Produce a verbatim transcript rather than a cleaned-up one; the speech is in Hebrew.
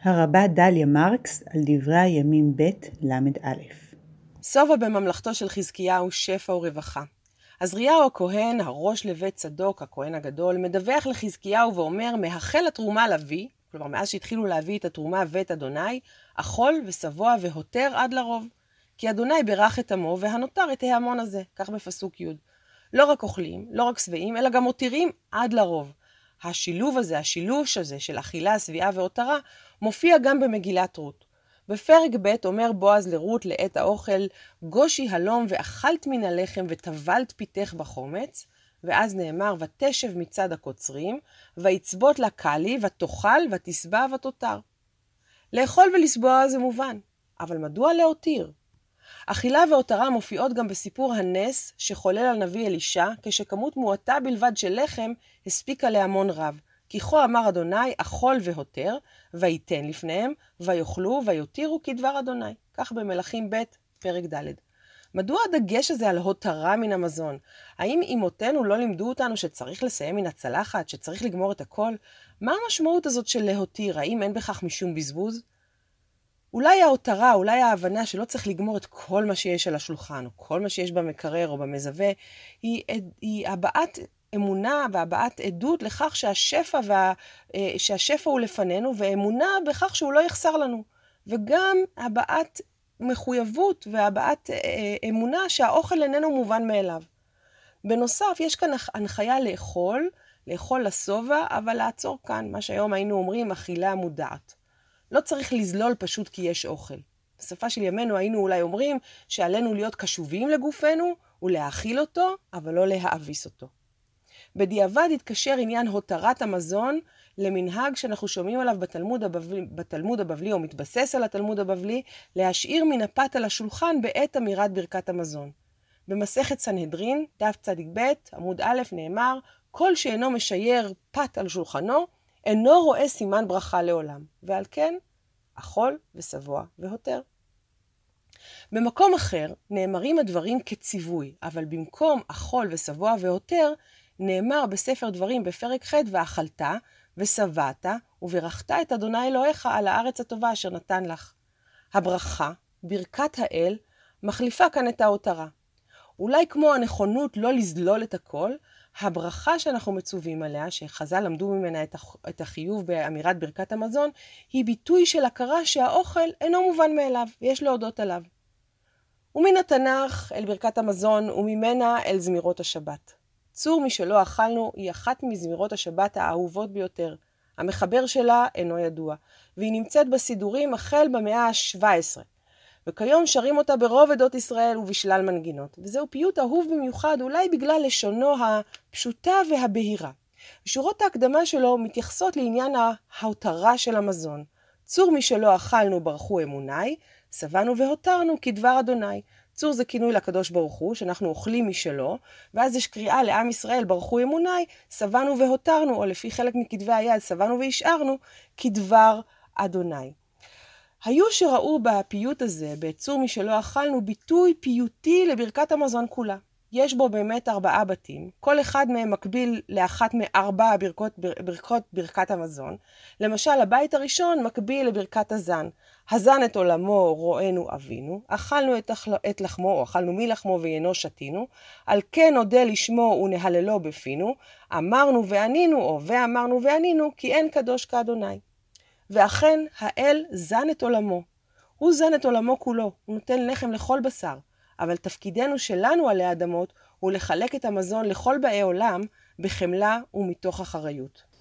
הרבה דליה מרקס על דברי הימים ב' למד א'. סובה בממלכתו של חזקיהו שפע ורווחה. עזריהו הכהן, הראש לבית צדוק, הכהן הגדול, מדווח לחזקיהו ואומר, מהחל התרומה להביא, כלומר מאז שהתחילו להביא את התרומה ואת אדוני, אכול ושבוע והותר עד לרוב. כי אדוני ברך את עמו והנותר את ההמון הזה, כך בפסוק י'. לא רק אוכלים, לא רק שבעים, אלא גם מותירים עד לרוב. השילוב הזה, השילוש הזה של אכילה, שביעה והותרה, מופיע גם במגילת רות. בפרק ב' אומר בועז לרות לעת האוכל, גושי הלום ואכלת מן הלחם וטבלת פיתך בחומץ, ואז נאמר, ותשב מצד הקוצרים, ויצבות לה קלי, ותאכל, ותשבע ותותר. לאכול ולסבוע זה מובן, אבל מדוע להותיר? אכילה והותרה מופיעות גם בסיפור הנס שחולל על נביא אלישע, כשכמות מועטה בלבד של לחם הספיקה להמון רב. כי כה אמר אדוני, אכול והותר, ויתן לפניהם, ויאכלו ויותירו כדבר אדוני. כך במלכים ב' פרק ד'. מדוע הדגש הזה על הותרה מן המזון? האם אמותינו לא לימדו אותנו שצריך לסיים מן הצלחת, שצריך לגמור את הכל? מה המשמעות הזאת של להותיר? האם אין בכך משום בזבוז? אולי ההותרה, אולי ההבנה שלא צריך לגמור את כל מה שיש על השולחן, או כל מה שיש במקרר או במזווה, היא, היא הבעת אמונה והבעת עדות לכך שהשפע, וה, שהשפע הוא לפנינו, ואמונה בכך שהוא לא יחסר לנו. וגם הבעת מחויבות והבעת אמונה שהאוכל איננו מובן מאליו. בנוסף, יש כאן הנחיה לאכול, לאכול לשובע, אבל לעצור כאן, מה שהיום היינו אומרים, אכילה מודעת. לא צריך לזלול פשוט כי יש אוכל. בשפה של ימינו היינו אולי אומרים שעלינו להיות קשובים לגופנו ולהאכיל אותו, אבל לא להאביס אותו. בדיעבד התקשר עניין הותרת המזון למנהג שאנחנו שומעים עליו בתלמוד הבבלי, בתלמוד הבבלי או מתבסס על התלמוד הבבלי, להשאיר מן הפת על השולחן בעת אמירת ברכת המזון. במסכת סנהדרין, דף צדיק ב' עמוד א' נאמר, כל שאינו משייר פת על שולחנו, אינו רואה סימן ברכה לעולם, ועל כן, אכול ושבוע והותר. במקום אחר נאמרים הדברים כציווי, אבל במקום אכול ושבוע והותר, נאמר בספר דברים בפרק ח' ואכלת ושבעת וברכת את אדוני אלוהיך על הארץ הטובה אשר נתן לך. הברכה, ברכת האל, מחליפה כאן את ההותרה. אולי כמו הנכונות לא לזלול את הכל, הברכה שאנחנו מצווים עליה, שחז"ל למדו ממנה את החיוב באמירת ברכת המזון, היא ביטוי של הכרה שהאוכל אינו מובן מאליו, ויש להודות עליו. ומן התנ"ך אל ברכת המזון, וממנה אל זמירות השבת. צור משלא אכלנו היא אחת מזמירות השבת האהובות ביותר. המחבר שלה אינו ידוע, והיא נמצאת בסידורים החל במאה ה-שבע עשרה. וכיום שרים אותה ברוב עדות ישראל ובשלל מנגינות. וזהו פיוט אהוב במיוחד, אולי בגלל לשונו הפשוטה והבהירה. שורות ההקדמה שלו מתייחסות לעניין ההותרה של המזון. צור משלא אכלנו ברכו אמוני, שבענו והותרנו כדבר אדוני. צור זה כינוי לקדוש ברוך הוא, שאנחנו אוכלים משלו, ואז יש קריאה לעם ישראל ברכו אמוני, שבענו והותרנו, או לפי חלק מכתבי היד, שבענו והשארנו, כדבר אדוני. היו שראו בפיוט הזה, בצור משלא אכלנו, ביטוי פיוטי לברכת המזון כולה. יש בו באמת ארבעה בתים, כל אחד מהם מקביל לאחת מארבע ברכות, ברכות ברכת המזון. למשל, הבית הראשון מקביל לברכת הזן. הזן את עולמו רואינו אבינו, אכלנו את, את לחמו או אכלנו מלחמו וינו שתינו, על כן נודה לשמו ונהללו בפינו, אמרנו וענינו או ואמרנו וענינו, כי אין קדוש כאדוני. ואכן האל זן את עולמו. הוא זן את עולמו כולו, הוא נותן לחם לכל בשר. אבל תפקידנו שלנו עלי האדמות הוא לחלק את המזון לכל באי עולם בחמלה ומתוך אחריות.